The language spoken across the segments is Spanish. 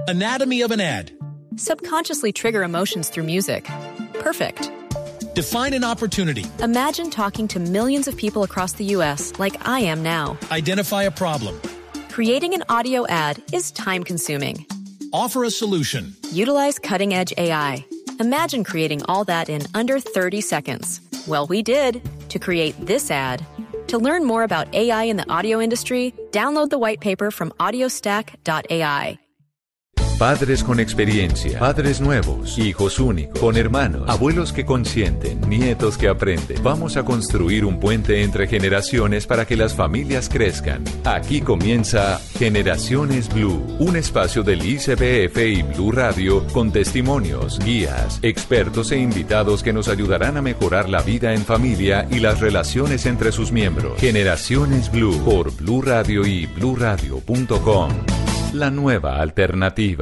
Anatomy of an ad. Subconsciously trigger emotions through music. Perfect. Define an opportunity. Imagine talking to millions of people across the U.S. like I am now. Identify a problem. Creating an audio ad is time-consuming. Offer a solution. Utilize cutting-edge AI. Imagine creating all that in under 30 seconds. Well, we did to create this ad. To learn more about AI in the audio industry, download the white paper from audiostack.ai. Padres con experiencia, padres nuevos, hijos únicos, con hermanos, abuelos que consienten, nietos que aprenden. Vamos a construir un puente entre generaciones para que las familias crezcan. Aquí comienza Generaciones Blue, un espacio del ICBF y Blue Radio con testimonios, guías, expertos e invitados que nos ayudarán a mejorar la vida en familia y las relaciones entre sus miembros. Generaciones Blue por Blue Radio y bluradio.com. La nueva alternativa.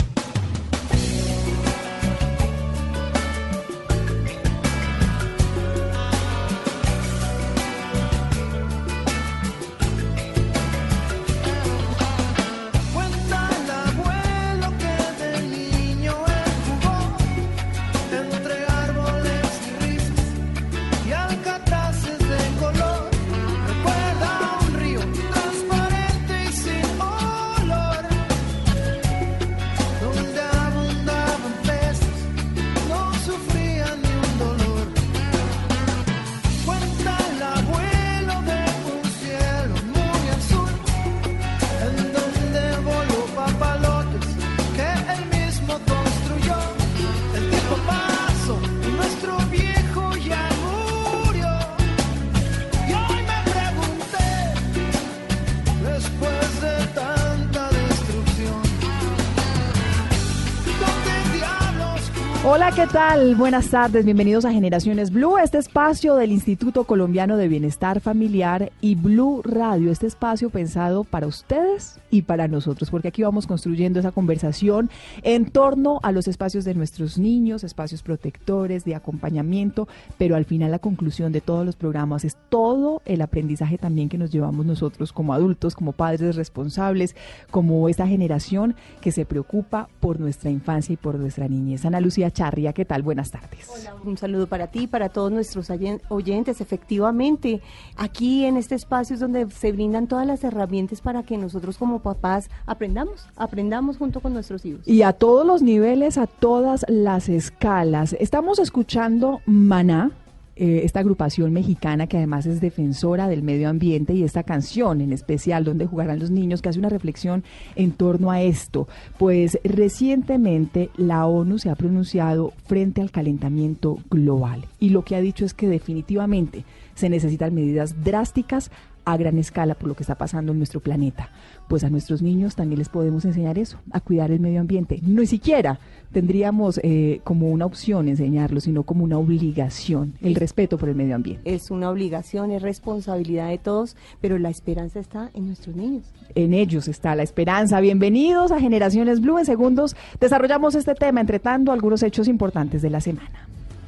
Hola, ¿qué tal? Buenas tardes, bienvenidos a Generaciones Blue, este espacio del Instituto Colombiano de Bienestar Familiar y Blue Radio, este espacio pensado para ustedes y para nosotros, porque aquí vamos construyendo esa conversación en torno a los espacios de nuestros niños, espacios protectores, de acompañamiento, pero al final la conclusión de todos los programas es todo el aprendizaje también que nos llevamos nosotros como adultos, como padres responsables, como esta generación que se preocupa por nuestra infancia y por nuestra niñez. Ana Lucía Charria, ¿qué tal? Buenas tardes. Hola, un saludo para ti y para todos nuestros oyentes. Efectivamente, aquí en este espacio es donde se brindan todas las herramientas para que nosotros como papás aprendamos junto con nuestros hijos. Y a todos los niveles, a todas las escalas. Estamos escuchando Maná, esta agrupación mexicana que además es defensora del medio ambiente, y esta canción en especial, Donde jugarán los niños, que hace una reflexión en torno a esto. Pues recientemente la ONU se ha pronunciado frente al calentamiento global y lo que ha dicho es que definitivamente se necesitan medidas drásticas a gran escala por lo que está pasando en nuestro planeta. Pues a nuestros niños también les podemos enseñar eso, a cuidar el medio ambiente. Ni siquiera tendríamos como una opción enseñarlo, sino como una obligación, el respeto por el medio ambiente. Es una obligación, es responsabilidad de todos, pero la esperanza está en nuestros niños. En ellos está la esperanza. Bienvenidos a Generaciones Blue. En segundos desarrollamos este tema, entretando algunos hechos importantes de la semana.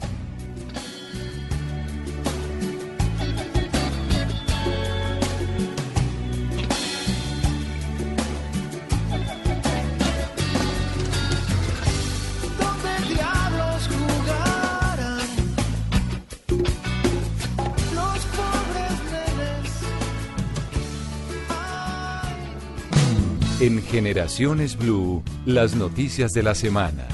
En Generaciones Blue, las noticias de la semana.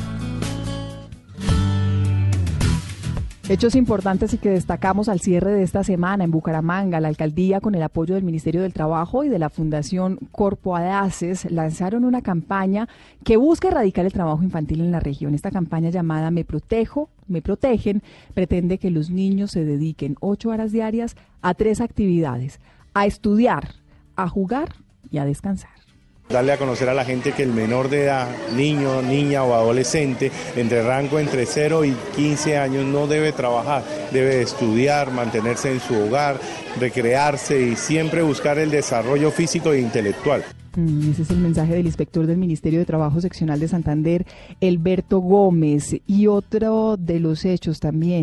Hechos importantes y que destacamos al cierre de esta semana en Bucaramanga. La alcaldía, con el apoyo del Ministerio del Trabajo y de la Fundación Corpo Adaces, lanzaron una campaña que busca erradicar el trabajo infantil en la región. Esta campaña, llamada Me Protejo, Me Protegen, pretende que los niños se dediquen 8 horas diarias a 3 actividades: a estudiar, a jugar y a descansar. Darle a conocer a la gente que el menor de edad, niño, niña o adolescente, entre rango entre 0 y 15 años, no debe trabajar, debe estudiar, mantenerse en su hogar, recrearse y siempre buscar el desarrollo físico e intelectual. Ese es el mensaje del inspector del Ministerio de Trabajo Seccional de Santander, Alberto Gómez. Y otro de los hechos también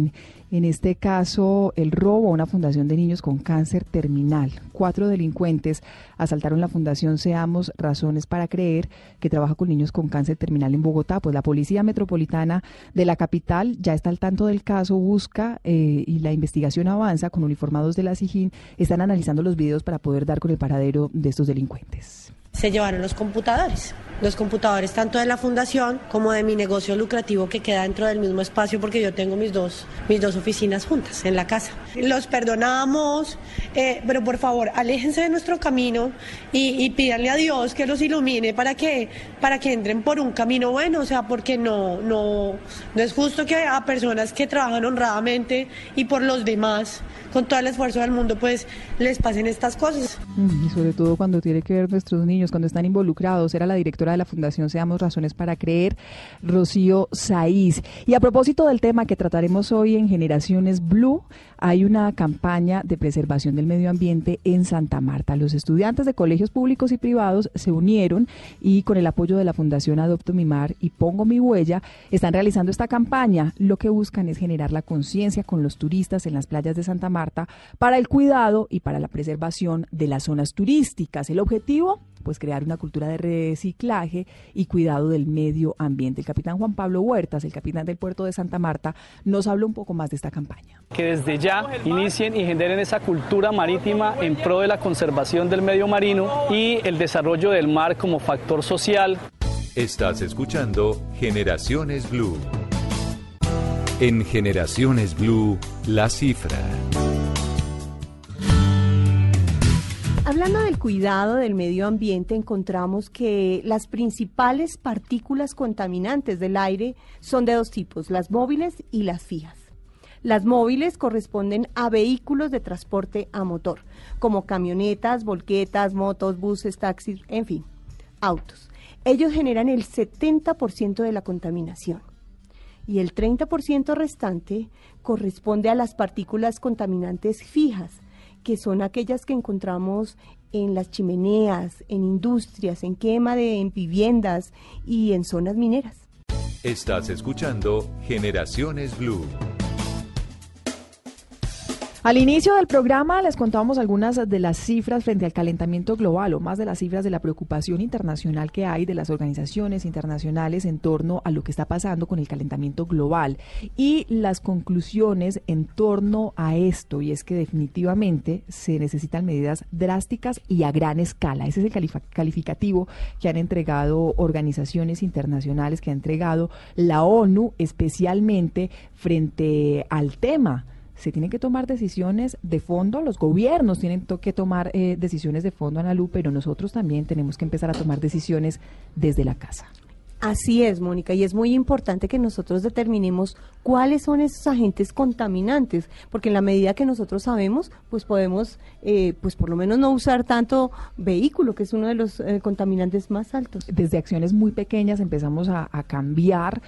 En este caso, el robo a una fundación de niños con cáncer terminal. 4 delincuentes asaltaron la fundación Seamos Razones para Creer, que trabaja con niños con cáncer terminal en Bogotá. Pues la Policía Metropolitana de la capital ya está al tanto del caso, busca y la investigación avanza. Con uniformados de la SIJIN están analizando los videos para poder dar con el paradero de estos delincuentes. Se llevaron los computadores tanto de la fundación como de mi negocio lucrativo que queda dentro del mismo espacio, porque yo tengo mis dos oficinas juntas en la casa. Los perdonamos, pero por favor aléjense de nuestro camino y pídanle a Dios que los ilumine para que entren por un camino bueno, o sea, porque no es justo que a personas que trabajan honradamente y por los demás, con todo el esfuerzo del mundo, pues les pasen estas cosas. Y sobre todo cuando tiene que ver nuestros niños, cuando están involucrados. Era la directora de la Fundación Seamos Razones para Creer, Rocío Saiz. Y a propósito del tema que trataremos hoy en Generaciones Blue, hay una campaña de preservación del medio ambiente en Santa Marta. Los estudiantes de colegios públicos y privados se unieron y con el apoyo de la Fundación Adopto mi Mar y Pongo mi Huella están realizando esta campaña. Lo que buscan es generar la conciencia con los turistas en las playas de Santa Marta para el cuidado y para la preservación de las zonas turísticas. El objetivo, pues crear una cultura de reciclaje y cuidado del medio ambiente. El capitán Juan Pablo Huertas, el capitán del puerto de Santa Marta, nos habla un poco más de esta campaña. Que desde ya inicien y generen esa cultura marítima en pro de la conservación del medio marino y el desarrollo del mar como factor social. Estás escuchando Generaciones Blue. En Generaciones Blue, la cifra. Hablando del cuidado del medio ambiente, encontramos que las principales partículas contaminantes del aire son de dos tipos, las móviles y las fijas. Las móviles corresponden a vehículos de transporte a motor, como camionetas, volquetas, motos, buses, taxis, en fin, autos. Ellos generan el 70% de la contaminación. Y el 30% restante corresponde a las partículas contaminantes fijas, que son aquellas que encontramos en las chimeneas, en industrias, en en viviendas y en zonas mineras. Estás escuchando Generaciones Blue. Al inicio del programa les contábamos algunas de las cifras frente al calentamiento global, o más de las cifras de la preocupación internacional que hay de las organizaciones internacionales en torno a lo que está pasando con el calentamiento global y las conclusiones en torno a esto, y es que definitivamente se necesitan medidas drásticas y a gran escala. Ese es el calificativo que han entregado organizaciones internacionales, que ha entregado la ONU especialmente frente al tema. Se tienen que tomar decisiones de fondo, los gobiernos tienen que tomar decisiones de fondo, Ana Lu, pero nosotros también tenemos que empezar a tomar decisiones desde la casa. Así es, Mónica, y es muy importante que nosotros determinemos cuáles son esos agentes contaminantes, porque en la medida que nosotros sabemos, pues podemos, pues por lo menos no usar tanto vehículo, que es uno de los contaminantes más altos. Desde acciones muy pequeñas empezamos a cambiar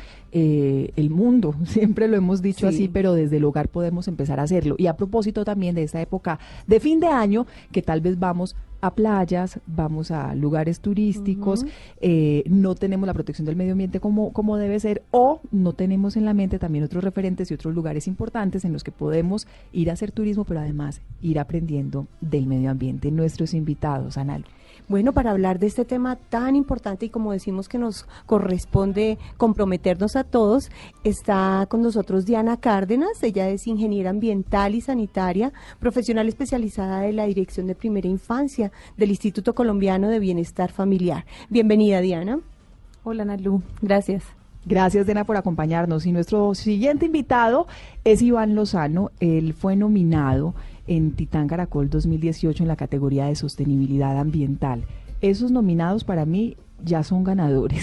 el mundo, siempre lo hemos dicho así, pero desde el hogar podemos empezar a hacerlo. Y a propósito también de esta época de fin de año, que tal vez vamos a playas, vamos a lugares turísticos, no tenemos la protección del medio ambiente como debe ser, o no tenemos en la mente también otros referentes y otros lugares importantes en los que podemos ir a hacer turismo, pero además ir aprendiendo del medio ambiente. Nuestros invitados, Ana. Bueno, para hablar de este tema tan importante y como decimos que nos corresponde comprometernos a todos, está con nosotros Diana Cárdenas. Ella es ingeniera ambiental y sanitaria, profesional especializada de la Dirección de Primera Infancia del Instituto Colombiano de Bienestar Familiar. Bienvenida, Diana. Hola, Ana Lu. Gracias. Gracias, Diana, por acompañarnos. Y nuestro siguiente invitado es Iván Lozano. Él fue nominado en Titán Caracol 2018 en la categoría de sostenibilidad ambiental. Esos nominados para mí ya son ganadores.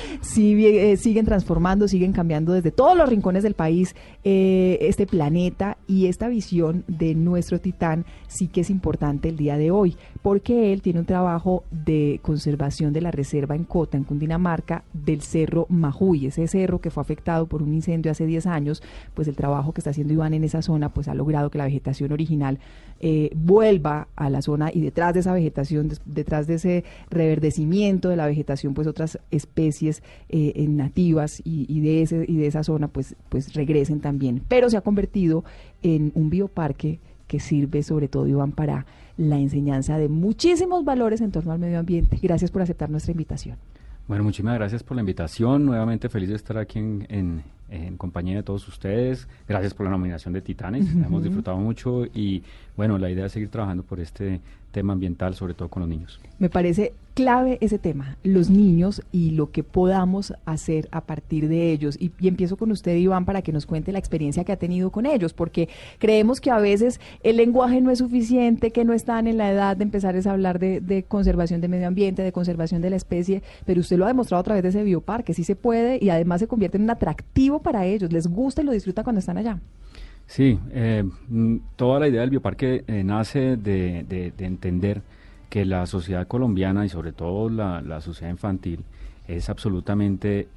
Siguen transformando, siguen cambiando desde todos los rincones del país este planeta, y esta visión de nuestro Titán sí que es importante el día de hoy, porque él tiene un trabajo de conservación de la reserva en Cota, en Cundinamarca, del Cerro Majuy, ese cerro que fue afectado por un incendio hace 10 años. Pues el trabajo que está haciendo Iván en esa zona pues ha logrado que la vegetación original vuelva a la zona, y detrás de esa vegetación, detrás de ese reverdecimiento de la vegetación, vegetación, pues otras especies nativas y de esa zona pues regresen también. Pero se ha convertido en un bioparque que sirve sobre todo, Iván, para la enseñanza de muchísimos valores en torno al medio ambiente. Gracias por aceptar nuestra invitación. Bueno, muchísimas gracias por la invitación. Nuevamente feliz de estar aquí en compañía de todos ustedes. Gracias por la nominación de Titanes. Hemos disfrutado mucho y, bueno, la idea es seguir trabajando por este tema ambiental, sobre todo con los niños. Me parece clave ese tema, los niños y lo que podamos hacer a partir de ellos. Y empiezo con usted, Iván, para que nos cuente la experiencia que ha tenido con ellos, porque creemos que a veces el lenguaje no es suficiente, que no están en la edad de empezar a hablar de conservación del medio ambiente, de conservación de la especie, pero usted lo ha demostrado a través de ese bioparque, sí se puede y además se convierte en un atractivo para ellos, les gusta y lo disfrutan cuando están allá. Sí, toda la idea del bioparque nace de entender que la sociedad colombiana y sobre todo la sociedad infantil es absolutamente,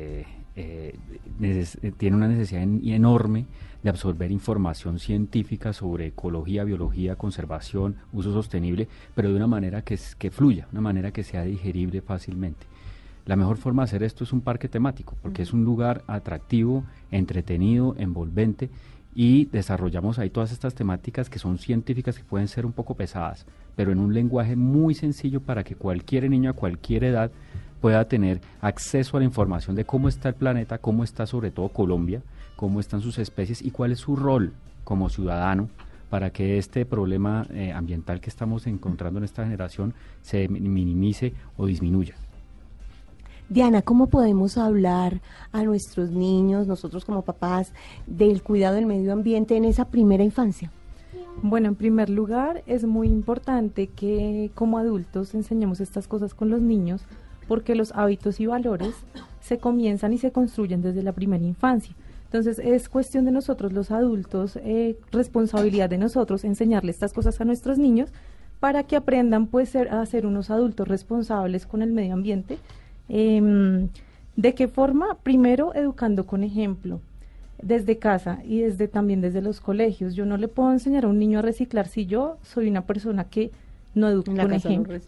tiene una necesidad enorme de absorber información científica sobre ecología, biología, conservación, uso sostenible, pero de una manera que fluya, una manera que sea digerible fácilmente. La mejor forma de hacer esto es un parque temático, porque es un lugar atractivo, entretenido, envolvente, y desarrollamos ahí todas estas temáticas que son científicas, que pueden ser un poco pesadas, pero en un lenguaje muy sencillo para que cualquier niño a cualquier edad pueda tener acceso a la información de cómo está el planeta, cómo está sobre todo Colombia, cómo están sus especies y cuál es su rol como ciudadano para que este problema ambiental que estamos encontrando en esta generación se minimice o disminuya. Diana, ¿cómo podemos hablar a nuestros niños, nosotros como papás, del cuidado del medio ambiente en esa primera infancia? Bueno, en primer lugar, es muy importante que como adultos enseñemos estas cosas con los niños, porque los hábitos y valores se comienzan y se construyen desde la primera infancia. Entonces, es cuestión de nosotros los adultos, responsabilidad de nosotros enseñarle estas cosas a nuestros niños para que aprendan pues a ser unos adultos responsables con el medio ambiente. ¿De qué forma? Primero, educando con ejemplo, desde casa y también desde los colegios. Yo no le puedo enseñar a un niño a reciclar si yo soy una persona que no educa con ejemplo.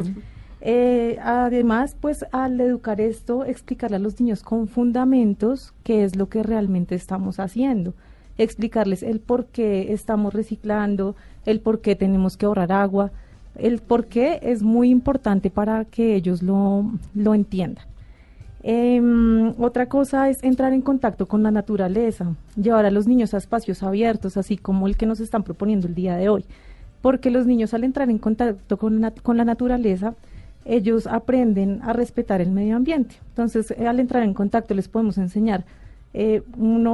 Además, pues al educar esto, explicarle a los niños con fundamentos qué es lo que realmente estamos haciendo, explicarles el por qué estamos reciclando, el por qué tenemos que ahorrar agua. El por qué es muy importante para que ellos lo entiendan. Otra cosa es entrar en contacto con la naturaleza, llevar a los niños a espacios abiertos, así como el que nos están proponiendo el día de hoy, porque los niños al entrar en contacto con la naturaleza, ellos aprenden a respetar el medio ambiente. Entonces, al entrar en contacto les podemos enseñar que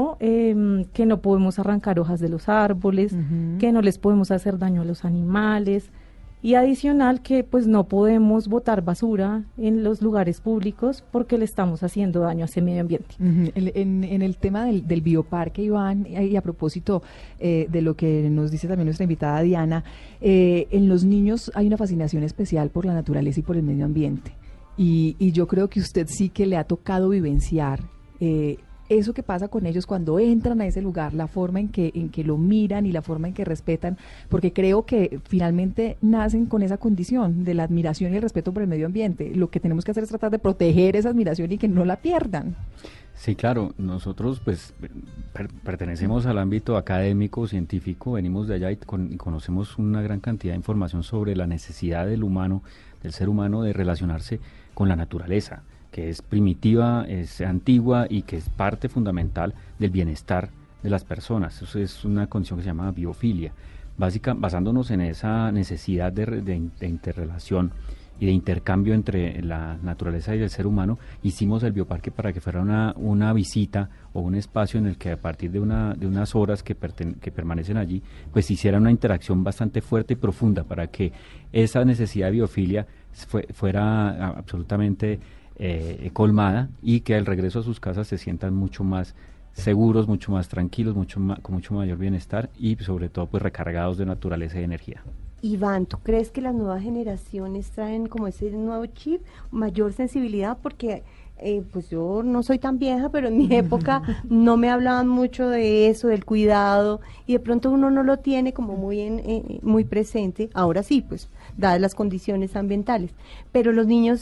no podemos arrancar hojas de los árboles, que no les podemos hacer daño a los animales, y adicional que pues no podemos botar basura en los lugares públicos porque le estamos haciendo daño a ese medio ambiente. En el tema del bioparque, Iván, y a propósito de lo que nos dice también nuestra invitada Diana, en los niños hay una fascinación especial por la naturaleza y por el medio ambiente, y yo creo que usted sí que le ha tocado vivenciar eso que pasa con ellos cuando entran a ese lugar, la forma en que lo miran y la forma en que respetan, porque creo que finalmente nacen con esa condición de la admiración y el respeto por el medio ambiente. Lo que tenemos que hacer es tratar de proteger esa admiración y que no la pierdan. Sí, claro, nosotros pues pertenecemos al ámbito académico, científico, venimos de allá y conocemos una gran cantidad de información sobre la necesidad del ser humano de relacionarse con la naturaleza, que es primitiva, es antigua y que es parte fundamental del bienestar de las personas. Eso es una condición que se llama biofilia. Basándonos en esa necesidad de interrelación y de intercambio entre la naturaleza y el ser humano, hicimos el bioparque para que fuera una visita o un espacio en el que a partir de unas horas que permanecen allí, pues hiciera una interacción bastante fuerte y profunda para que esa necesidad de biofilia fuera absolutamente colmada y que al regreso a sus casas se sientan mucho más seguros, mucho más tranquilos, con mucho mayor bienestar y sobre todo pues recargados de naturaleza y energía. Iván, ¿tú crees que las nuevas generaciones traen como ese nuevo chip, mayor sensibilidad? Porque pues yo no soy tan vieja, pero en mi época no me hablaban mucho de eso, del cuidado, y de pronto uno no lo tiene como muy presente. Ahora sí, pues, dadas las condiciones ambientales. Pero los niños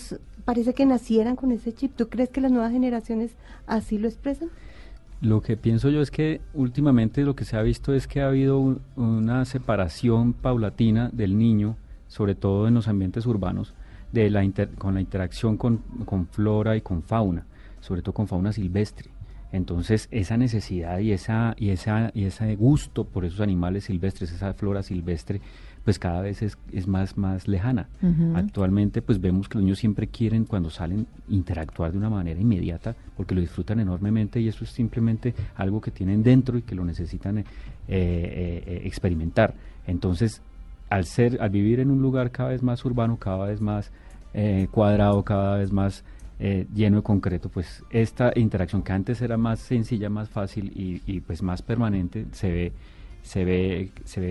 parece que nacieran con ese chip. ¿Tú crees que las nuevas generaciones así lo expresan? Lo que pienso yo es que últimamente lo que se ha visto es que ha habido una separación paulatina del niño, sobre todo en los ambientes urbanos, con la interacción con flora y con fauna, sobre todo con fauna silvestre. Entonces esa necesidad y ese gusto por esos animales silvestres, esa flora silvestre, pues cada vez es más lejana. Uh-huh. Actualmente pues vemos que los niños siempre quieren, cuando salen, interactuar de una manera inmediata porque lo disfrutan enormemente, y eso es simplemente algo que tienen dentro y que lo necesitan experimentar. Entonces al vivir en un lugar cada vez más urbano, cada vez más cuadrado, cada vez más lleno de concreto, pues esta interacción que antes era más sencilla, más fácil y pues más permanente, se ve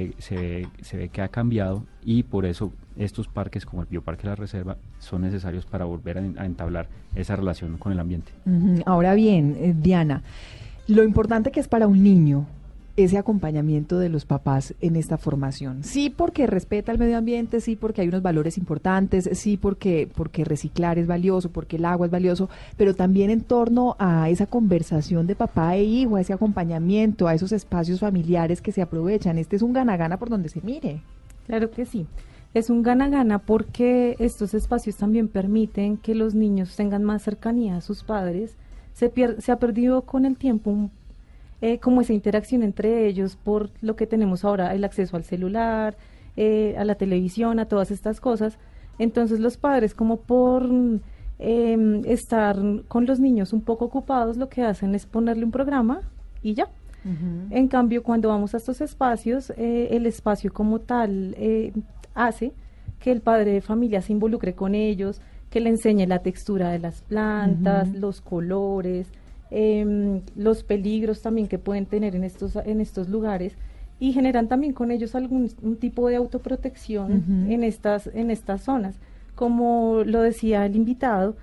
que ha cambiado, y por eso estos parques como el Bioparque de la Reserva son necesarios para volver a entablar esa relación con el ambiente. Uh-huh. Ahora bien, Diana, lo importante que es para un niño ese acompañamiento de los papás en esta formación. Sí, porque respeta el medio ambiente, sí, porque hay unos valores importantes, sí, porque reciclar es valioso, porque el agua es valioso, pero también en torno a esa conversación de papá e hijo, a ese acompañamiento, a esos espacios familiares que se aprovechan. Este es un gana-gana por donde se mire. Claro que sí. Es un gana-gana porque estos espacios también permiten que los niños tengan más cercanía a sus padres. Se ha perdido con el tiempo como esa interacción entre ellos por lo que tenemos ahora, el acceso al celular, a la televisión, a todas estas cosas. Entonces los padres, como por estar con los niños un poco ocupados, lo que hacen es ponerle un programa y ya. Uh-huh. En cambio, cuando vamos a estos espacios, el espacio como tal hace que el padre de familia se involucre con ellos, que le enseñe la textura de las plantas, uh-huh, los colores, los peligros también que pueden tener en estos lugares, y generan también con ellos un tipo de autoprotección uh-huh en estas zonas. Como lo decía el invitado,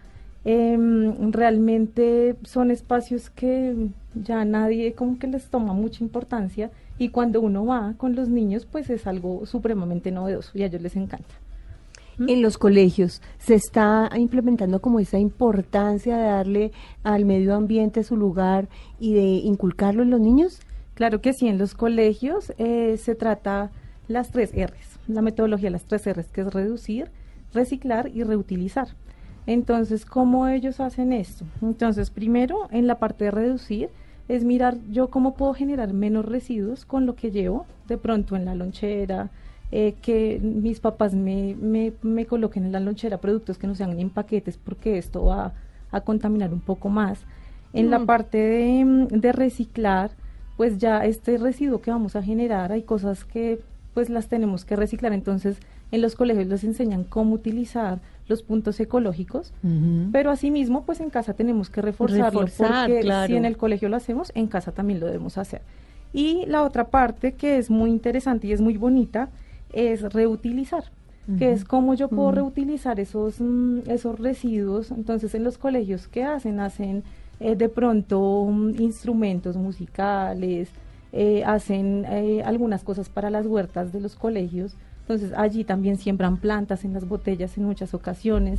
realmente son espacios que ya nadie como que les toma mucha importancia, y cuando uno va con los niños pues es algo supremamente novedoso y a ellos les encanta. En los colegios se está implementando como esa importancia de darle al medio ambiente su lugar y de inculcarlo en los niños. Claro que sí, en los colegios se trata las 3 R's, la metodología de las 3 R's, que es reducir, reciclar y reutilizar. Entonces, ¿cómo ellos hacen esto? Entonces, primero, en la parte de reducir, es mirar yo cómo puedo generar menos residuos con lo que llevo de pronto en la lonchera, que mis papás me coloquen en la lonchera productos que no sean en paquetes, porque esto va a contaminar un poco más. En la parte de reciclar, pues ya este residuo que vamos a generar, hay cosas que pues las tenemos que reciclar. Entonces en los colegios les enseñan cómo utilizar los puntos ecológicos, uh-huh, pero asimismo pues en casa tenemos que reforzarlo, porque claro, si en el colegio lo hacemos, en casa también lo debemos hacer. Y la otra parte que es muy interesante y es muy bonita es reutilizar, uh-huh, que es cómo yo puedo, uh-huh, reutilizar esos residuos. Entonces en los colegios, ¿qué hacen? Hacen de pronto instrumentos musicales, hacen algunas cosas para las huertas de los colegios. Entonces allí también siembran plantas en las botellas en muchas ocasiones,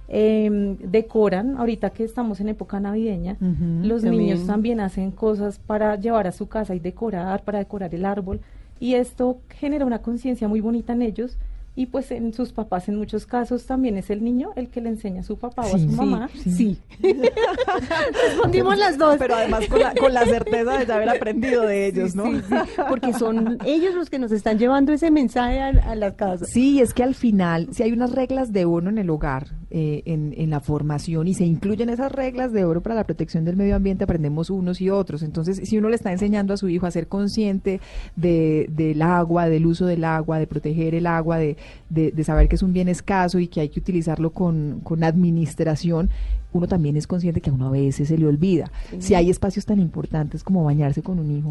decoran, ahorita que estamos en época navideña, uh-huh, los niños también hacen cosas para llevar a su casa y para decorar el árbol, y esto genera una conciencia muy bonita en ellos, y pues en sus papás en muchos casos también es el niño el que le enseña a su papá o a su mamá. Sí. Respondimos las dos. Pero además con la certeza de haber aprendido de ellos, ¿no? Sí, porque son ellos los que nos están llevando ese mensaje a las casas. Sí, es que al final, si hay unas reglas de oro en el hogar, en la formación, y se incluyen esas reglas de oro para la protección del medio ambiente, aprendemos unos y otros. Entonces, si uno le está enseñando a su hijo a ser consciente del agua, del uso del agua, de proteger el agua, de saber que es un bien escaso y que hay que utilizarlo con administración, uno también es consciente que a uno a veces se le olvida. Sí. Si hay espacios tan importantes como bañarse con un hijo,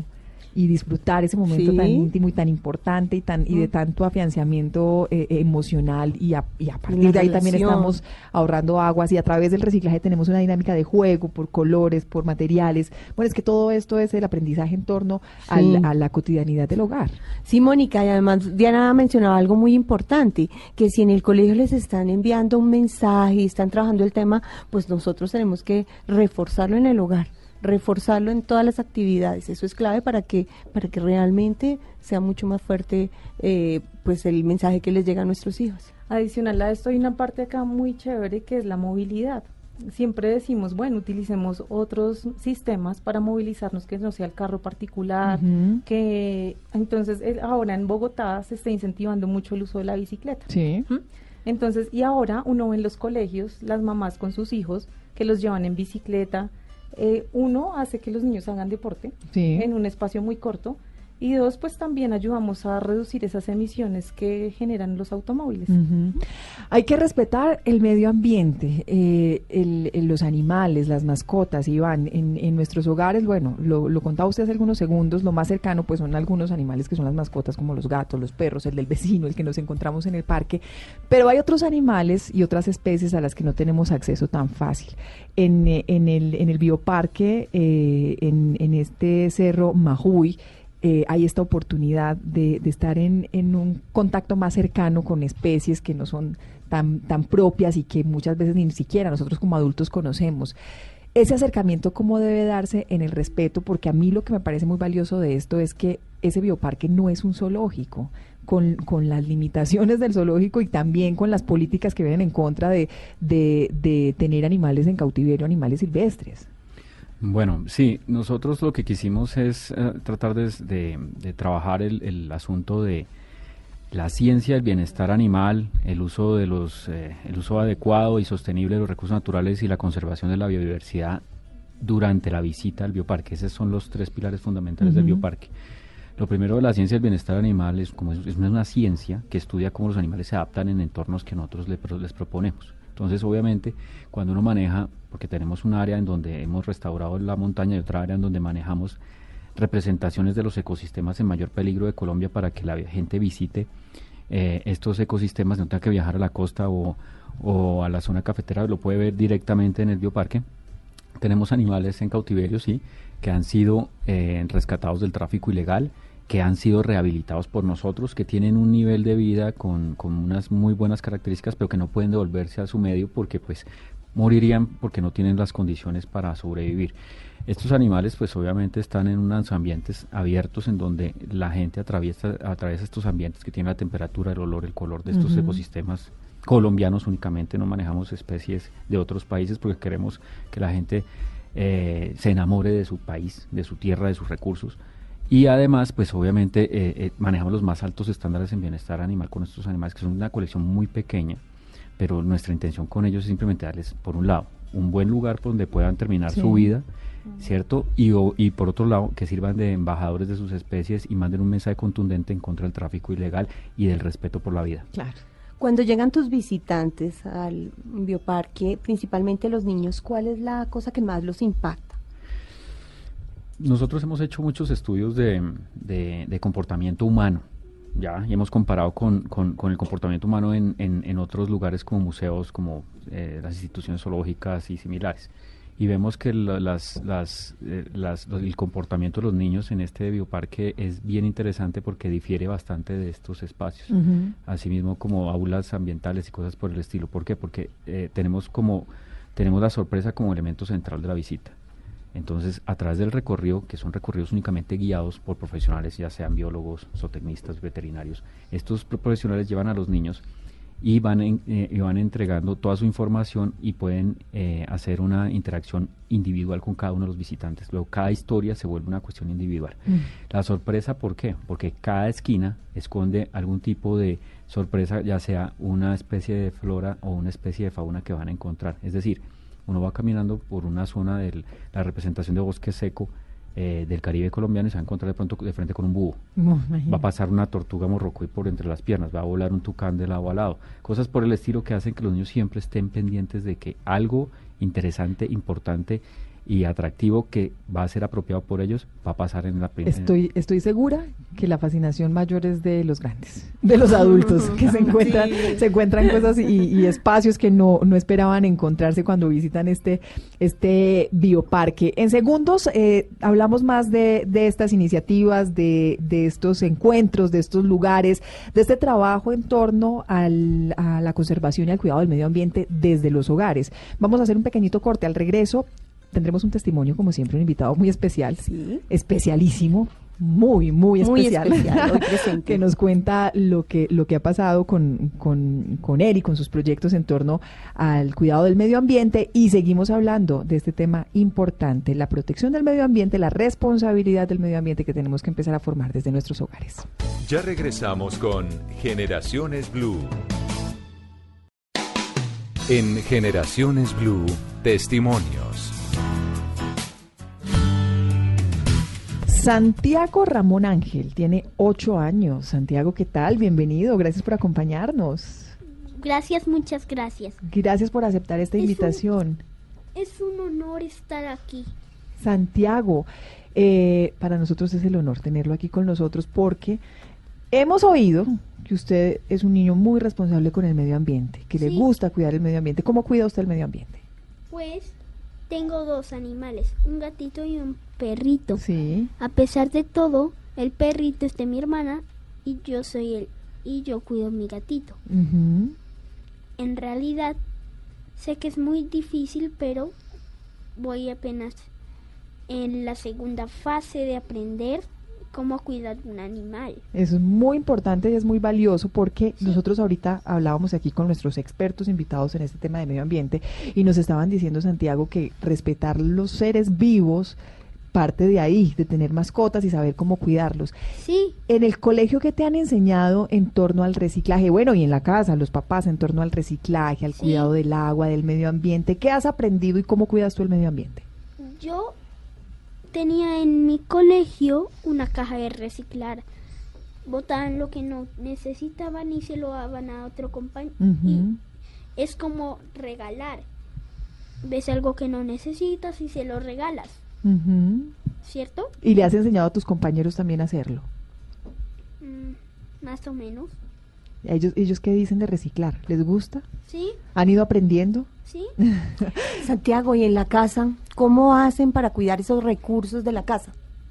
y disfrutar ese momento Sí. tan íntimo y tan importante y de tanto afianzamiento emocional y a partir de ahí también relación. estamos ahorrando aguas y a través del reciclaje tenemos una dinámica de juego por colores, por materiales. Bueno, es que todo esto es el aprendizaje en torno Sí. a la cotidianidad del hogar. Sí, Mónica, y además Diana mencionaba algo muy importante, que si en el colegio les están enviando un mensaje y están trabajando el tema, pues nosotros tenemos que reforzarlo en el hogar, reforzarlo en todas las actividades. Eso es clave para que realmente sea mucho más fuerte pues el mensaje que les llega a nuestros hijos. Adicional a esto hay una parte acá muy chévere que es la movilidad. Siempre decimos, bueno, utilicemos otros sistemas para movilizarnos, que no sea el carro particular, que entonces ahora en Bogotá se está incentivando mucho el uso de la bicicleta. Sí. ¿Mm? Entonces, y ahora uno ve en los colegios las mamás con sus hijos que los llevan en bicicleta. Uno, hace que los niños hagan deporte Sí. en un espacio muy corto. Y dos, pues también ayudamos a reducir esas emisiones que generan los automóviles. Ujú. Hay que respetar el medio ambiente, los animales, las mascotas, Iván. En nuestros hogares, bueno, lo contaba usted hace algunos segundos, lo más cercano pues son algunos animales que son las mascotas como los gatos, los perros, el del vecino, el que nos encontramos en el parque, pero hay otros animales y otras especies a las que no tenemos acceso tan fácil. En el bioparque, en este cerro Majuy, hay esta oportunidad de estar en un contacto más cercano con especies que no son tan propias y que muchas veces ni siquiera nosotros como adultos conocemos. Ese acercamiento, ¿cómo debe darse en el respeto? Porque a mí lo que me parece muy valioso de esto es que ese bioparque no es un zoológico, con las limitaciones del zoológico y también con las políticas que vienen en contra de tener animales en cautiverio, animales silvestres. Bueno, sí, nosotros lo que quisimos es tratar de trabajar el asunto de la ciencia del bienestar animal, el uso de el uso adecuado y sostenible de los recursos naturales y la conservación de la biodiversidad durante la visita al bioparque. Esos son los tres pilares fundamentales del bioparque. Lo primero de la ciencia del bienestar animal es una ciencia que estudia cómo los animales se adaptan en entornos que nosotros les proponemos. Entonces, obviamente, cuando uno maneja, porque tenemos un área en donde hemos restaurado la montaña y otra área en donde manejamos representaciones de los ecosistemas en mayor peligro de Colombia para que la gente visite estos ecosistemas, no tenga que viajar a la costa o a la zona cafetera, lo puede ver directamente en el bioparque. Tenemos animales en cautiverio, sí, que han sido rescatados del tráfico ilegal, que han sido rehabilitados por nosotros, que tienen un nivel de vida con unas muy buenas características, pero que no pueden devolverse a su medio porque pues morirían porque no tienen las condiciones para sobrevivir. Estos animales pues obviamente están en unos ambientes abiertos en donde la gente atraviesa estos ambientes que tienen la temperatura, el olor, el color de estos ecosistemas colombianos únicamente. No manejamos especies de otros países porque queremos que la gente se enamore de su país, de su tierra, de sus recursos. Y además, pues obviamente manejamos los más altos estándares en bienestar animal con estos animales, que son una colección muy pequeña, pero nuestra intención con ellos es simplemente darles, por un lado, un buen lugar por donde puedan terminar su vida, ¿cierto? Y por otro lado, que sirvan de embajadores de sus especies y manden un mensaje contundente en contra del tráfico ilegal y del respeto por la vida. Claro. Cuando llegan tus visitantes al bioparque, principalmente los niños, ¿cuál es la cosa que más los impacta? Nosotros hemos hecho muchos estudios de comportamiento humano, ya, y hemos comparado con el comportamiento humano en otros lugares como museos, como las instituciones zoológicas y similares. Y vemos que el comportamiento de los niños en este bioparque es bien interesante porque difiere bastante de estos espacios. Asimismo como aulas ambientales y cosas por el estilo. ¿Por qué? Porque tenemos la sorpresa como elemento central de la visita. Entonces, a través del recorrido, que son recorridos únicamente guiados por profesionales, ya sean biólogos, zootecnistas, veterinarios, estos profesionales llevan a los niños y van entregando toda su información y pueden hacer una interacción individual con cada uno de los visitantes. Luego, cada historia se vuelve una cuestión individual. La sorpresa, ¿por qué? Porque cada esquina esconde algún tipo de sorpresa, ya sea una especie de flora o una especie de fauna que van a encontrar. Es decir, uno va caminando por una zona de la representación de bosque seco del Caribe colombiano y se va a encontrar de pronto de frente con un búho. Va a pasar una tortuga morrocoy por entre las piernas, va a volar un tucán de lado a lado. Cosas por el estilo que hacen que los niños siempre estén pendientes de que algo interesante, importante y atractivo que va a ser apropiado por ellos, va a pasar en la primera. Estoy segura que la fascinación mayor es de los grandes, de los adultos, que se encuentran cosas y espacios que no esperaban encontrarse cuando visitan este bioparque. En segundos hablamos más de estas iniciativas, de estos encuentros, de estos lugares, de este trabajo en torno a la conservación y al cuidado del medio ambiente desde los hogares. Vamos a hacer un pequeñito corte. Al regreso tendremos un testimonio, como siempre, un invitado muy especial, especialísimo, muy especial, hoy presente, que nos cuenta lo que ha pasado con él y con sus proyectos en torno al cuidado del medio ambiente, y seguimos hablando de este tema importante, la protección del medio ambiente, la responsabilidad del medio ambiente que tenemos que empezar a formar desde nuestros hogares. Ya regresamos con Generaciones Blue. En Generaciones Blue, testimonios. Santiago Ramón Ángel tiene 8 años. Santiago, ¿qué tal? Bienvenido, gracias por acompañarnos. Gracias, muchas gracias. Gracias por aceptar esta invitación. Es un honor estar aquí. Santiago, para nosotros es el honor tenerlo aquí con nosotros porque hemos oído que usted es un niño muy responsable con el medio ambiente, que le gusta cuidar el medio ambiente. ¿Cómo cuida usted el medio ambiente? Pues tengo 2 animales, un gatito y un perrito. Sí. A pesar de todo, el perrito es de mi hermana y yo cuido a mi gatito. Uh-huh. En realidad, sé que es muy difícil, pero voy apenas en la segunda fase de aprender cómo cuidar un animal. Eso es muy importante y es muy valioso porque nosotros ahorita hablábamos aquí con nuestros expertos invitados en este tema de medio ambiente y nos estaban diciendo, Santiago, que respetar los seres vivos parte de ahí, de tener mascotas y saber cómo cuidarlos. Sí. En el colegio, ¿qué te han enseñado en torno al reciclaje? Bueno, y en la casa, los papás, en torno al reciclaje, al cuidado del agua, del medio ambiente. ¿Qué has aprendido y cómo cuidas tú el medio ambiente? Yo tenía en mi colegio una caja de reciclar. Botaban lo que no necesitaban y se lo daban a otro compañero. Uh-huh. Y es como regalar. Ves algo que no necesitas y se lo regalas. Uh-huh. ¿Cierto? ¿Y le has enseñado a tus compañeros también a hacerlo? Más o menos. ¿Ellos qué dicen de reciclar? ¿Les gusta? Sí. ¿Han ido aprendiendo? Sí. Santiago, ¿y en la casa cómo hacen para cuidar esos recursos de la casa?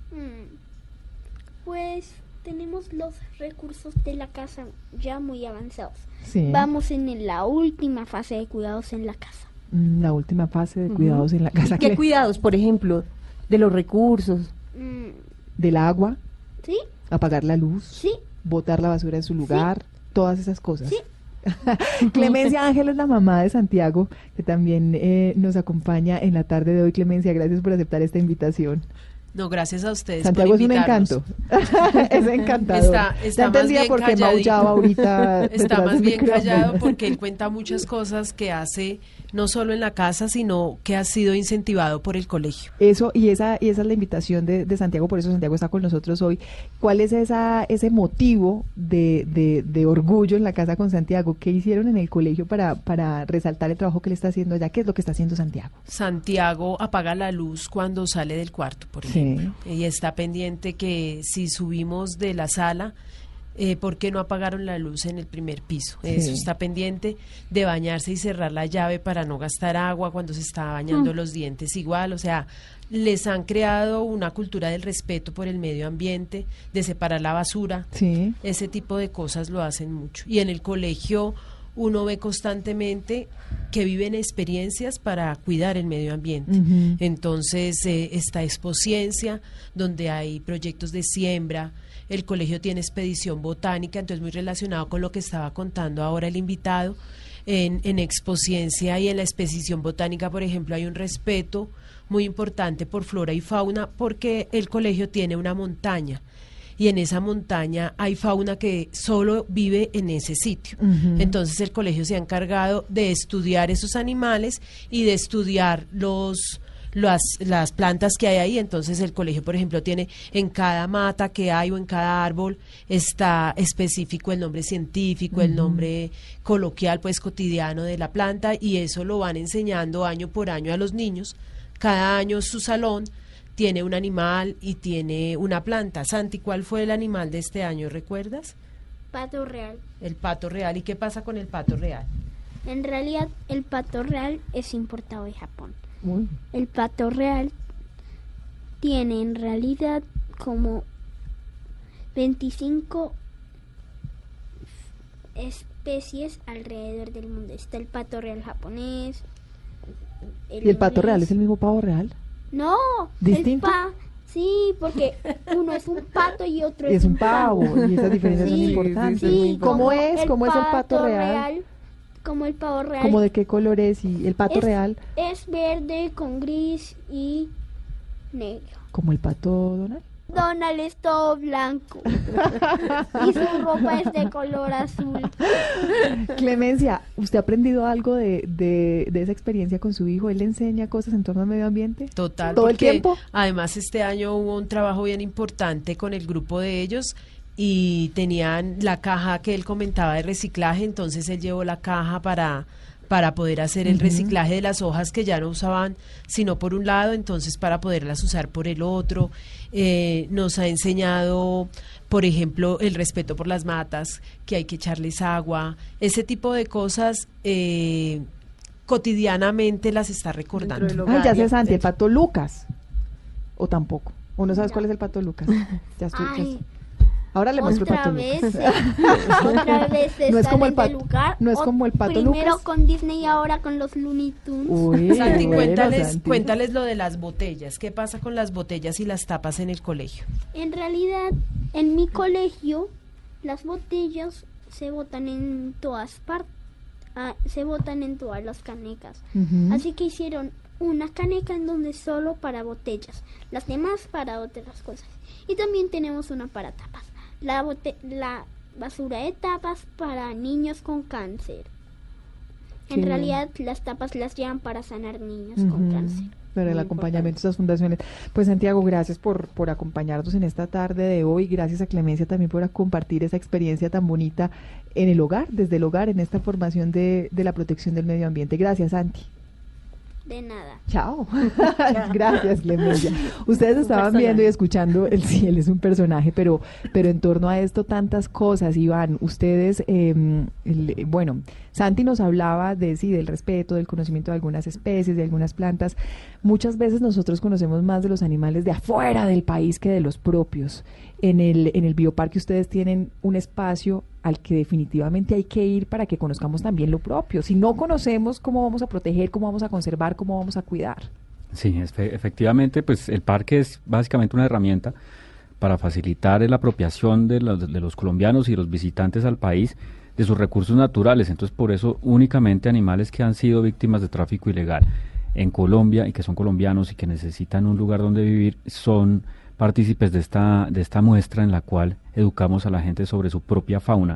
Pues tenemos los recursos de la casa ya muy avanzados. Sí. Vamos en la última fase de cuidados en la casa. La última fase de cuidados en la casa. ¿Qué cuidados, por ejemplo, de los recursos? ¿Del agua? Sí. ¿Apagar la luz? Sí. ¿Botar la basura en su lugar? Todas esas cosas. Sí. Clemencia Ángel es la mamá de Santiago, que también nos acompaña en la tarde de hoy. Clemencia, gracias por aceptar esta invitación. No, gracias a ustedes. Santiago por es un invitarnos. encanto. Es encantador. Está más bien por qué calladito. maullaba ahorita. Está más bien micrófono. callado porque él cuenta muchas cosas que hace no solo en la casa, sino que ha sido incentivado por el colegio. Eso, y esa es la invitación de Santiago, por eso Santiago está con nosotros hoy. ¿Cuál es ese motivo de orgullo en la casa con Santiago? ¿Qué hicieron en el colegio para resaltar el trabajo que le está haciendo allá? ¿Qué es lo que está haciendo Santiago? Santiago apaga la luz cuando sale del cuarto, por ejemplo. Y está pendiente que si subimos de la sala, ¿por qué no apagaron la luz en el primer piso? Eso está pendiente de bañarse y cerrar la llave para no gastar agua cuando se está bañando los dientes igual. O sea, les han creado una cultura del respeto por el medio ambiente, de separar la basura. Sí. Ese tipo de cosas lo hacen mucho. Y en el colegio uno ve constantemente que viven experiencias para cuidar el medio ambiente. Uh-huh. Entonces, está Expociencia, donde hay proyectos de siembra. El colegio tiene expedición botánica, entonces muy relacionado con lo que estaba contando ahora el invitado. En Expociencia y en la expedición botánica, por ejemplo, hay un respeto muy importante por flora y fauna, porque el colegio tiene una montaña. Y en esa montaña hay fauna que solo vive en ese sitio. Uh-huh. Entonces el colegio se ha encargado de estudiar esos animales y de estudiar los las plantas que hay ahí. Entonces el colegio, por ejemplo, tiene en cada mata que hay o en cada árbol está específico el nombre científico, el nombre coloquial, pues cotidiano de la planta, y eso lo van enseñando año por año a los niños. Cada año su salón tiene un animal y tiene una planta. Santi, ¿cuál fue el animal de este año, recuerdas? Pato real. El pato real. ¿Y qué pasa con el pato real? En realidad, el pato real es importado de Japón. El pato real tiene en realidad como 25 especies alrededor del mundo. Está el pato real japonés. ¿Y el pato real es el mismo pavo real? No. ¿Distinto? Sí, porque uno es un pato y otro es un pavo. Y esas diferencias son importantes. Sí, ¿Cómo es el pato real? Como el pavo real. ¿Cómo de qué color es? ¿Y el pato real? Es verde con gris y negro. ¿Como el pato Donald? Donald es todo blanco y su ropa es de color azul. Clemencia, ¿usted ha aprendido algo de esa experiencia con su hijo? ¿Él le enseña cosas en torno al medio ambiente? Total. ¿Todo el tiempo? Además, este año hubo un trabajo bien importante con el grupo de ellos y tenían la caja que él comentaba de reciclaje, entonces él llevó la caja para poder hacer el reciclaje de las hojas que ya no usaban sino por un lado, entonces para poderlas usar por el otro. Nos ha enseñado, por ejemplo, el respeto por las matas, que hay que echarles agua, ese tipo de cosas cotidianamente las está recordando. Ya sé, Santi, el pato Lucas, o tampoco, o no sabes cuál es el pato Lucas. Ya estoy. Ahora le muestro el pato Lucas. Otra vez no es como el pato, lugar, no es como el pato Lucas. Primero con Disney y ahora con los Looney Tunes. Uy, Santi, cuéntales lo de las botellas. ¿Qué pasa con las botellas y las tapas en el colegio? En realidad, en mi colegio, las botellas se botan en todas partes. Se botan en todas las canecas. Así que hicieron una caneca en donde solo para botellas, las demás para otras cosas. Y también tenemos una para tapas. La basura de tapas para niños con cáncer. En realidad las tapas las llevan para sanar niños con cáncer. Para el acompañamiento de estas fundaciones. Pues Santiago, gracias por acompañarnos en esta tarde de hoy. Gracias a Clemencia también por compartir esa experiencia tan bonita en el hogar, desde el hogar, en esta formación de la protección del medio ambiente. Gracias, Santi. De nada. Chao. Gracias, Clemencia. Ustedes estaban viendo y escuchando, él es un personaje, pero en torno a esto tantas cosas, Iván. Ustedes, bueno, Santi nos hablaba del respeto, del conocimiento de algunas especies, de algunas plantas. Muchas veces nosotros conocemos más de los animales de afuera del país que de los propios. En el bioparque ustedes tienen un espacio al que definitivamente hay que ir para que conozcamos también lo propio. Si no conocemos, ¿cómo vamos a proteger, cómo vamos a conservar, cómo vamos a cuidar? Sí, efectivamente, pues el parque es básicamente una herramienta para facilitar la apropiación de los colombianos y los visitantes al país de sus recursos naturales. Entonces, por eso únicamente animales que han sido víctimas de tráfico ilegal en Colombia y que son colombianos y que necesitan un lugar donde vivir son partícipes de esta muestra en la cual educamos a la gente sobre su propia fauna.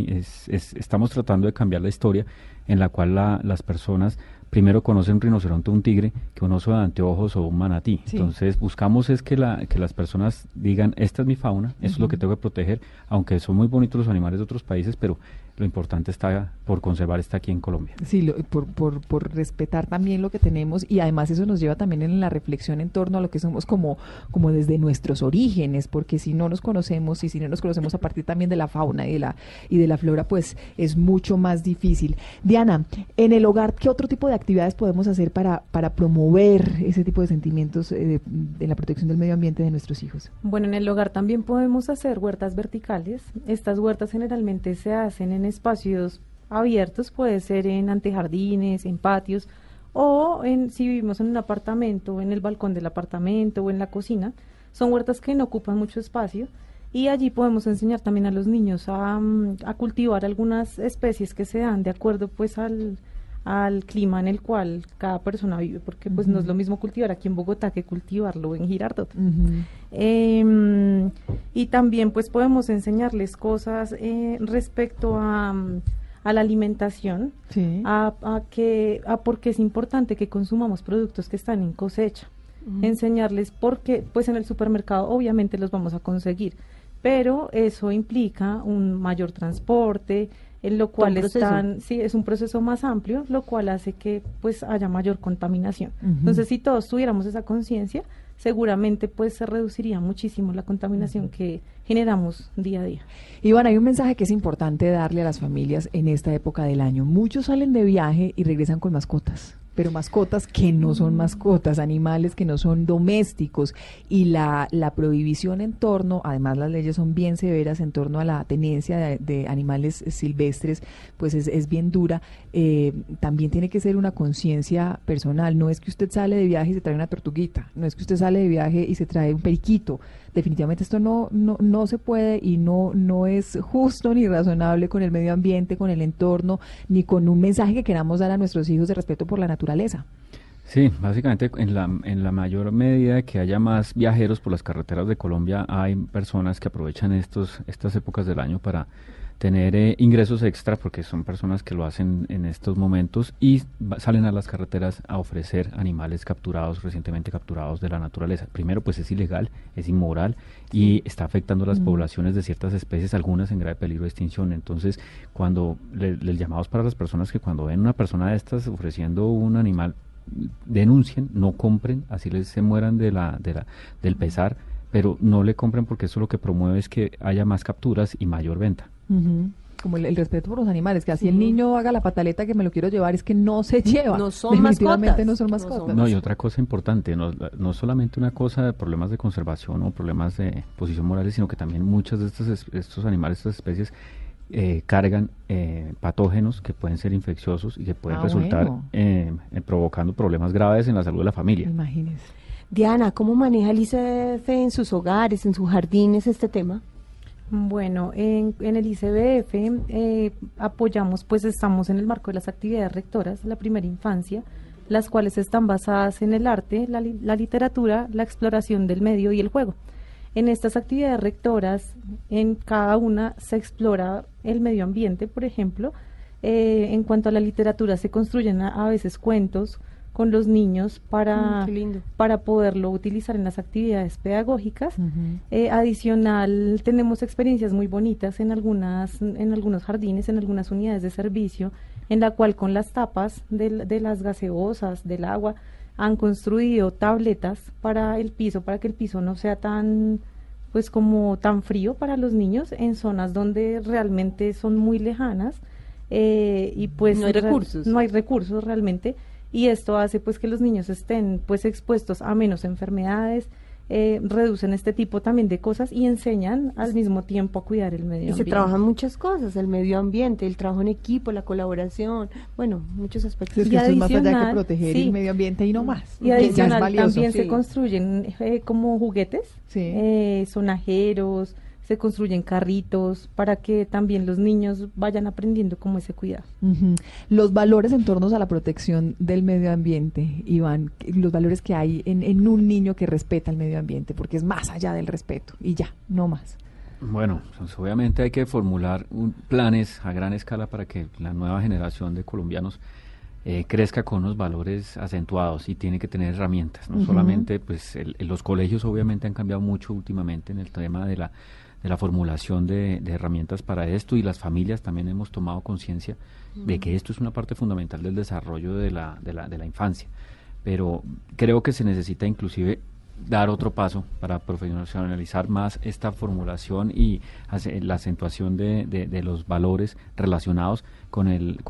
Estamos tratando de cambiar la historia en la cual las personas primero conocen un rinoceronte o un tigre que un oso de anteojos o un manatí. Sí. Entonces buscamos es que las personas digan, esta es mi fauna, esto es lo que tengo que proteger, aunque son muy bonitos los animales de otros países, pero lo importante está por conservar está aquí en Colombia. Sí, por respetar también lo que tenemos, y además eso nos lleva también en la reflexión en torno a lo que somos como desde nuestros orígenes, porque si no nos conocemos y si no nos conocemos a partir también de la fauna y de la flora, pues es mucho más difícil. Diana, en el hogar, ¿qué otro tipo de actividades podemos hacer para promover ese tipo de sentimientos de la protección del medio ambiente de nuestros hijos? Bueno, en el hogar también podemos hacer huertas verticales. Estas huertas generalmente se hacen en espacios abiertos, puede ser en antejardines, en patios, o si vivimos en un apartamento, en el balcón del apartamento o en la cocina. Son huertas que no ocupan mucho espacio, y allí podemos enseñar también a los niños a cultivar algunas especies que se dan de acuerdo pues al clima en el cual cada persona vive, porque pues no es lo mismo cultivar aquí en Bogotá que cultivarlo en Girardot. Y también pues podemos enseñarles cosas respecto a a la alimentación, Sí. a por qué es importante que consumamos productos que están en cosecha. Enseñarles porque pues en el supermercado obviamente los vamos a conseguir, pero eso implica un mayor transporte, en lo cual es un proceso más amplio, lo cual hace que pues haya mayor contaminación. Entonces, si todos tuviéramos esa conciencia, seguramente pues se reduciría muchísimo la contaminación que generamos día a día. Iván, hay un mensaje que es importante darle a las familias en esta época del año. Muchos salen de viaje y regresan con mascotas, pero mascotas que no son mascotas, animales que no son domésticos, y la prohibición en torno, además las leyes son bien severas en torno a la tenencia de animales silvestres, pues es bien dura. También tiene que ser una conciencia personal. No es que usted sale de viaje y se trae una tortuguita, no es que usted sale de viaje y se trae un periquito. Definitivamente esto no se puede, y no es justo ni razonable con el medio ambiente, con el entorno, ni con un mensaje que queramos dar a nuestros hijos de respeto por la naturaleza. Sí, básicamente en la mayor medida que haya más viajeros por las carreteras de Colombia, hay personas que aprovechan estas épocas del año para tener ingresos extra, porque son personas que lo hacen en estos momentos y salen a las carreteras a ofrecer animales recientemente capturados de la naturaleza. Primero, pues es ilegal, es inmoral y está afectando las poblaciones de ciertas especies, algunas en grave peligro de extinción. Entonces, cuando les llamamos para las personas que cuando ven una persona de estas ofreciendo un animal, denuncien, no compren, así se mueran del pesar, pero no le compren, porque eso lo que promueve es que haya más capturas y mayor venta. Como el respeto por los animales, que así el niño haga la pataleta que me lo quiero llevar, es que no se lleva. No son Definitivamente mascotas. no son mascotas. No, y otra cosa importante, no solamente una cosa de problemas de conservación o problemas de posición moral, sino que también muchos de estos animales, estas especies, cargan patógenos que pueden ser infecciosos y que pueden resultar provocando problemas graves en la salud de la familia. Imagínese. Diana, ¿cómo maneja el ICBF en sus hogares, en sus jardines este tema? Bueno, en el ICBF apoyamos, pues estamos en el marco de las actividades rectoras de la primera infancia, las cuales están basadas en el arte, la literatura, la exploración del medio y el juego. En estas actividades rectoras, en cada una se explora el medio ambiente, por ejemplo. En cuanto a la literatura, se construyen a veces cuentos con los niños para poderlo utilizar en las actividades pedagógicas. Adicional, tenemos experiencias muy bonitas en algunos jardines, en algunas unidades de servicio, en la cual con las tapas de las gaseosas, del agua, han construido tabletas para el piso, para que el piso no sea tan frío para los niños en zonas donde realmente son muy lejanas, y pues no hay recursos realmente, y esto hace pues que los niños estén pues expuestos a menos enfermedades, reducen este tipo también de cosas y enseñan al mismo tiempo a cuidar el medio ambiente. Se trabajan muchas cosas, el medio ambiente, el trabajo en equipo, la colaboración, bueno, muchos aspectos. Es que esto es más allá que proteger el medio ambiente y no más. Y adicional también se construyen como juguetes, sonajeros, se construyen carritos para que también los niños vayan aprendiendo cómo ese cuidado. Los valores en torno a la protección del medio ambiente, Iván, los valores que hay en un niño que respeta el medio ambiente, porque es más allá del respeto y ya, no más. Bueno, pues obviamente hay que formular planes a gran escala para que la nueva generación de colombianos crezca con unos valores acentuados, y tiene que tener herramientas, no solamente pues los colegios obviamente han cambiado mucho últimamente en el tema de la formulación de herramientas para esto, y las familias también hemos tomado conciencia de que esto es una parte fundamental del desarrollo de la infancia, pero creo que se necesita inclusive dar otro paso para profesionalizar más esta formulación y la acentuación de los valores relacionados con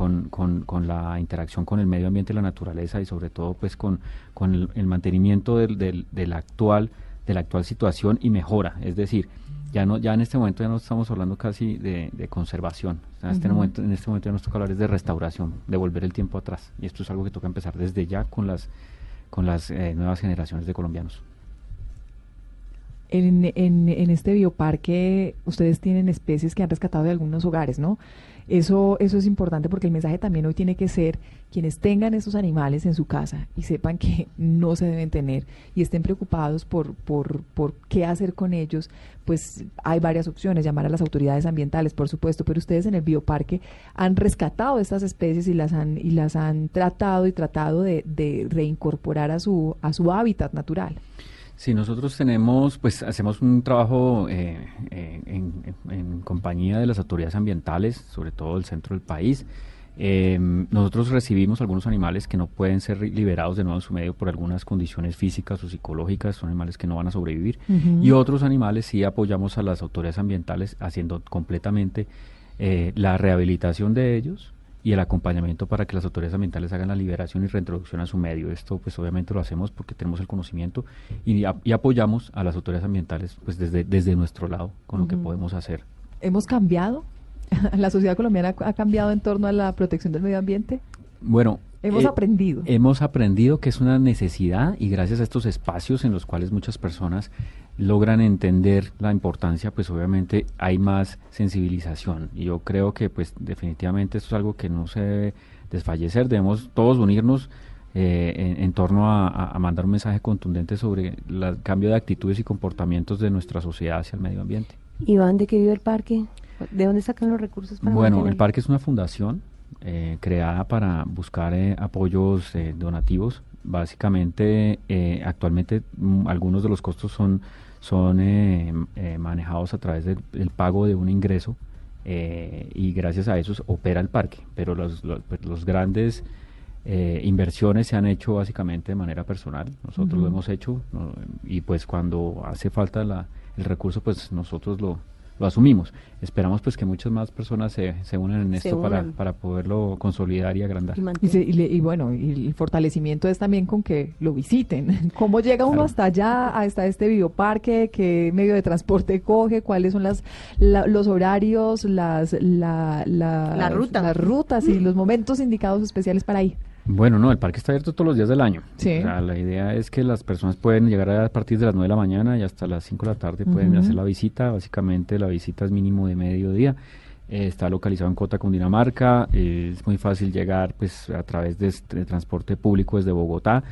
la interacción con el medio ambiente y la naturaleza, y sobre todo pues con el mantenimiento de la actual situación y mejora. Es decir, ya en este momento ya no estamos hablando casi de conservación. En este momento ya nos toca hablar de restauración, de volver el tiempo atrás, y esto es algo que toca empezar desde ya con las nuevas generaciones de colombianos. En este bioparque ustedes tienen especies que han rescatado de algunos hogares, ¿no? Eso es importante porque el mensaje también hoy tiene que ser quienes tengan esos animales en su casa y sepan que no se deben tener y estén preocupados por qué hacer con ellos, pues hay varias opciones, llamar a las autoridades ambientales, por supuesto, pero ustedes en el bioparque han rescatado estas especies y las han tratado de reincorporar a su hábitat natural. Sí, nosotros hacemos un trabajo en compañía de las autoridades ambientales, sobre todo del centro del país. Nosotros recibimos algunos animales que no pueden ser liberados de nuevo en su medio por algunas condiciones físicas o psicológicas, son animales que no van a sobrevivir, y otros animales sí apoyamos a las autoridades ambientales haciendo completamente la rehabilitación de ellos y el acompañamiento para que las autoridades ambientales hagan la liberación y reintroducción a su medio. Esto pues obviamente lo hacemos porque tenemos el conocimiento y apoyamos a las autoridades ambientales pues desde nuestro lado con lo que podemos hacer. ¿Hemos cambiado? ¿La sociedad colombiana ha cambiado en torno a la protección del medio ambiente? Bueno, hemos aprendido. Hemos aprendido que es una necesidad y gracias a estos espacios en los cuales muchas personas logran entender la importancia, pues obviamente hay más sensibilización. Y yo creo que pues definitivamente esto es algo que no se debe desfallecer, debemos todos unirnos en torno a mandar un mensaje contundente sobre el cambio de actitudes y comportamientos de nuestra sociedad hacia el medio ambiente. Iván, ¿de qué vive el parque? ¿De dónde sacan los recursos para Bueno, mantenerlo? el parque es una fundación creada para buscar apoyos donativos. Básicamente, actualmente algunos de los costos son manejados a través del pago de un ingreso y gracias a eso opera el parque, pero los grandes inversiones se han hecho básicamente de manera personal. Nosotros lo hemos hecho y pues cuando hace falta el recurso, pues nosotros lo asumimos. Esperamos pues que muchas más personas se unan en esto para poderlo consolidar y agrandar. Y bueno, y el fortalecimiento es también con que lo visiten. ¿Cómo llega uno hasta allá, hasta este bioparque? ¿Qué medio de transporte coge? ¿Cuáles son los horarios, las rutas y los momentos indicados especiales para ir? Bueno, no, el parque está abierto todos los días del año. Sí. O sea, la idea es que las personas pueden llegar a partir de las 9 de la mañana y hasta las 5 de la tarde pueden hacer la visita. Básicamente la visita es mínimo de mediodía. Está localizado en Cota, Cundinamarca. Es muy fácil llegar pues a través de transporte público desde Bogotá.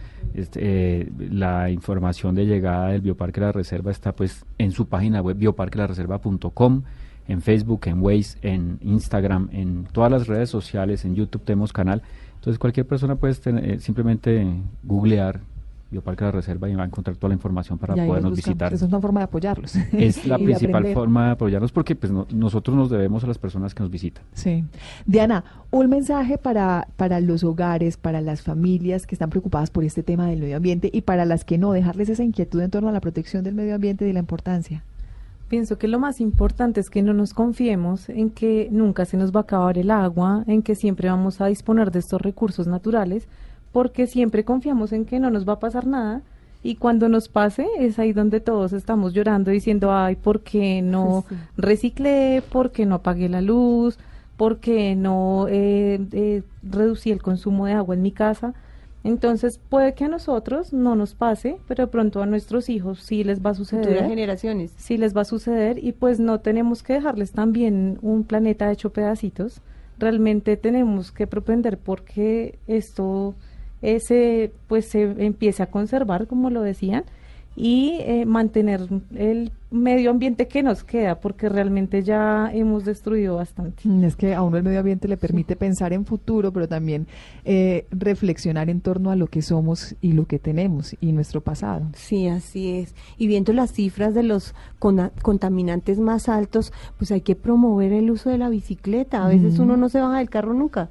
La información de llegada del Bioparque La Reserva está pues en su página web bioparquelareserva.com, en Facebook, en Waze, en Instagram, en todas las redes sociales, en YouTube tenemos canal. Entonces cualquier persona puede simplemente googlear Bioparque La Reserva y va a encontrar toda la información para podernos visitar. Esa es una forma de apoyarlos. Es la principal forma de apoyarnos porque pues nosotros nos debemos a las personas que nos visitan. Sí. Diana, un mensaje para los hogares, para las familias que están preocupadas por este tema del medio ambiente y para las que no, dejarles esa inquietud en torno a la protección del medio ambiente y de la importancia. Pienso que lo más importante es que no nos confiemos en que nunca se nos va a acabar el agua, en que siempre vamos a disponer de estos recursos naturales, porque siempre confiamos en que no nos va a pasar nada y cuando nos pase es ahí donde todos estamos llorando diciendo, ay, ¿por qué no reciclé? ¿Por qué no apagué la luz? ¿Por qué no reducí el consumo de agua en mi casa? Entonces puede que a nosotros no nos pase, pero de pronto a nuestros hijos sí les va a suceder. Futuras generaciones. Sí les va a suceder y pues no tenemos que dejarles también un planeta hecho pedacitos. Realmente tenemos que propender porque esto se empiece a conservar, como lo decían, y mantener el medio ambiente que nos queda, porque realmente ya hemos destruido bastante. Es que a uno el medio ambiente le permite pensar en futuro, pero también reflexionar en torno a lo que somos y lo que tenemos y nuestro pasado. Sí, así es. Y viendo las cifras de los contaminantes más altos, pues hay que promover el uso de la bicicleta. A veces uno no se baja del carro nunca.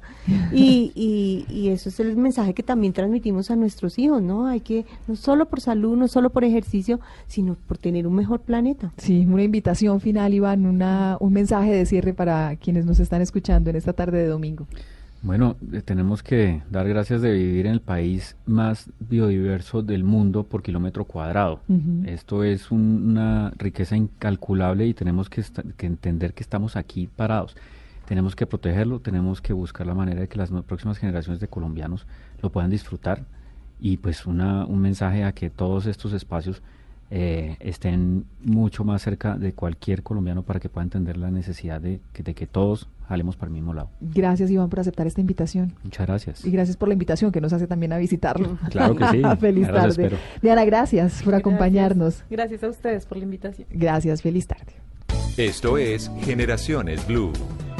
Y eso es el mensaje que también transmitimos a nuestros hijos, ¿no? Hay que, no solo por salud, no solo por ejercicio, sino por tener un mejor planeta. Sí, una invitación final, Iván, un mensaje de cierre para quienes nos están escuchando en esta tarde de domingo. Bueno, tenemos que dar gracias de vivir en el país más biodiverso del mundo por kilómetro cuadrado. Esto es una riqueza incalculable y tenemos que entender que estamos aquí parados. Tenemos que protegerlo, tenemos que buscar la manera de que las próximas generaciones de colombianos lo puedan disfrutar y pues un mensaje a que todos estos espacios estén mucho más cerca de cualquier colombiano para que pueda entender la necesidad de que todos jalemos para el mismo lado. Gracias, Iván, por aceptar esta invitación. Muchas gracias. Y gracias por la invitación que nos hace también a visitarlo. Claro que sí. Feliz tarde. Espero. Diana, gracias por acompañarnos. Gracias a ustedes por la invitación. Gracias, feliz tarde. Esto es Generaciones Blue.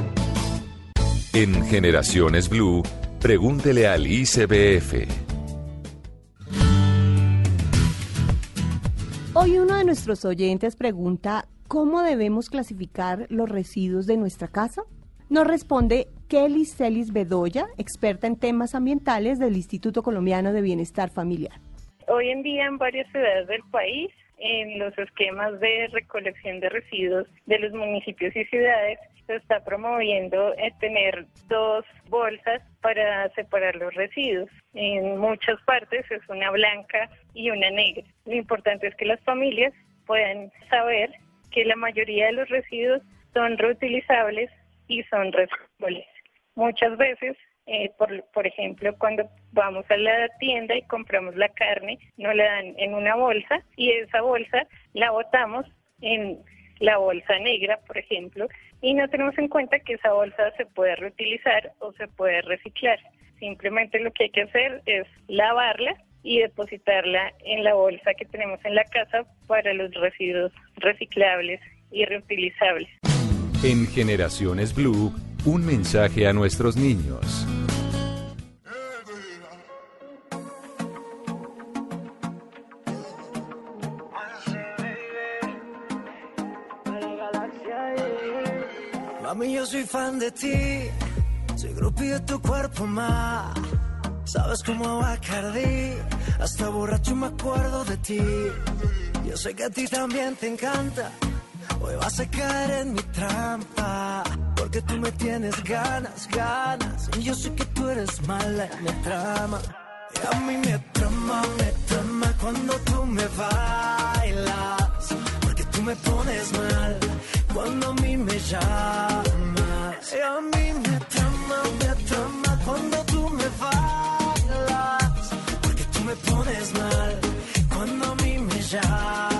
En Generaciones Blue, pregúntele al ICBF. Hoy uno de nuestros oyentes pregunta ¿cómo debemos clasificar los residuos de nuestra casa? Nos responde Kelly Celis Bedoya, experta en temas ambientales del Instituto Colombiano de Bienestar Familiar. Hoy en día en varias ciudades del país, en los esquemas de recolección de residuos de los municipios y ciudades, se está promoviendo tener 2 bolsas para separar los residuos. En muchas partes es una blanca y una negra. Lo importante es que las familias puedan saber que la mayoría de los residuos son reutilizables y son reciclables. Muchas veces, por ejemplo, cuando vamos a la tienda y compramos la carne, nos la dan en una bolsa y esa bolsa la botamos en la bolsa negra, por ejemplo, y no tenemos en cuenta que esa bolsa se puede reutilizar o se puede reciclar. Simplemente lo que hay que hacer es lavarla y depositarla en la bolsa que tenemos en la casa para los residuos reciclables y reutilizables. En Generaciones Blue, un mensaje a nuestros niños. Mami, yo soy fan de ti, soy groupie de tu cuerpo más. Sabes cómo Bacardi, hasta borracho me acuerdo de ti. Yo sé que a ti también te encanta, hoy vas a caer en mi trampa, porque tú me tienes ganas, y yo sé que tú eres mala y me trama. Y a mí me trama cuando tú me bailas, porque tú me pones mal cuando a mí me llamas. Y a mí me trama cuando tú me bailas, porque tú me pones mal cuando a mí me llamas.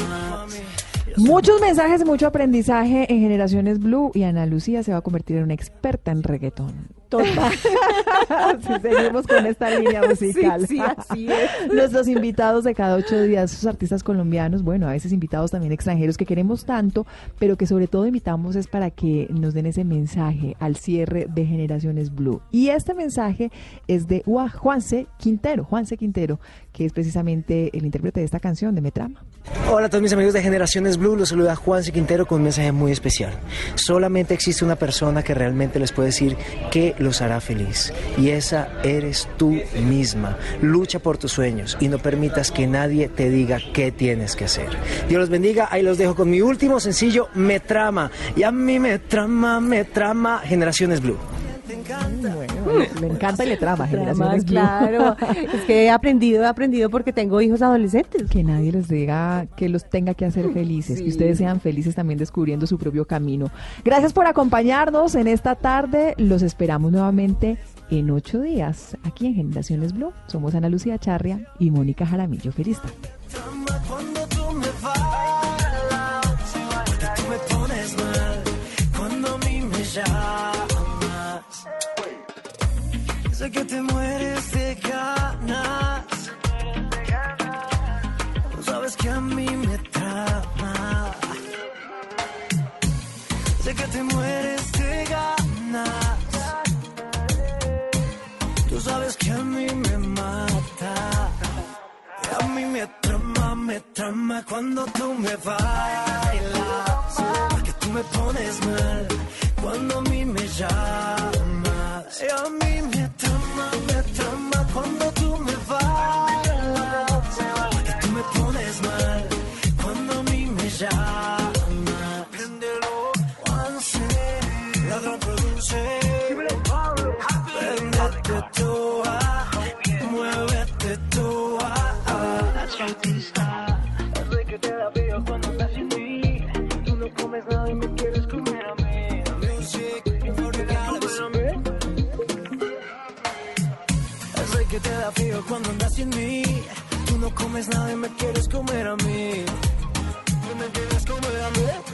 Muchos mensajes, mucho aprendizaje en Generaciones Blue, y Ana Lucía se va a convertir en una experta en reggaetón. Total. Si seguimos con esta línea musical. Sí, así es. Nuestros invitados de cada 8 días, esos artistas colombianos, bueno, a veces invitados también extranjeros que queremos tanto, pero que sobre todo invitamos es para que nos den ese mensaje al cierre de Generaciones Blue. Y este mensaje es de Juanse Quintero, que es precisamente el intérprete de esta canción de Me Trama. Hola a todos mis amigos de Generaciones Blue, los saluda Juanse Quintero con un mensaje muy especial. Solamente existe una persona que realmente les puede decir que los hará feliz, y esa eres tú misma. Lucha por tus sueños y no permitas que nadie te diga qué tienes que hacer. Dios los bendiga, ahí los dejo con mi último sencillo, Me Trama. Y a mí me trama Generaciones Blue. Bueno, le encanta y le trama Generaciones Blue. Claro, es que he aprendido porque tengo hijos adolescentes. Que nadie les diga que los tenga que hacer felices, que ustedes sean felices también descubriendo su propio camino. Gracias por acompañarnos en esta tarde, los esperamos nuevamente en 8 días, aquí en Generaciones Blue. Somos Ana Lucía Charria y Mónica Jaramillo. Feliz tarde. Cuando tú me bailas, porque tú me pones mal cuando a mí me llamas. Sé que te mueres de ganas, tú sabes que a mí me trama. Sé que te mueres de ganas, tú sabes que a mí me mata. Y a mí me trama cuando tú me bailas, porque tú me pones mal cuando a mí me llamas. Y a mí me trama cuando tú me bailas, porque tú me pones mal cuando a mí me llamas. Préndelo, Juanse, ladrón produce. Préndete toa, muévete toa. Sé que te da frío cuando estás sin mí, tú no comes nada y me quieres comer a mí. Sé que te da frío cuando andas sin mí, tú no comes nada y me quieres comer a mí. ¿Tú me quieres comer a mí?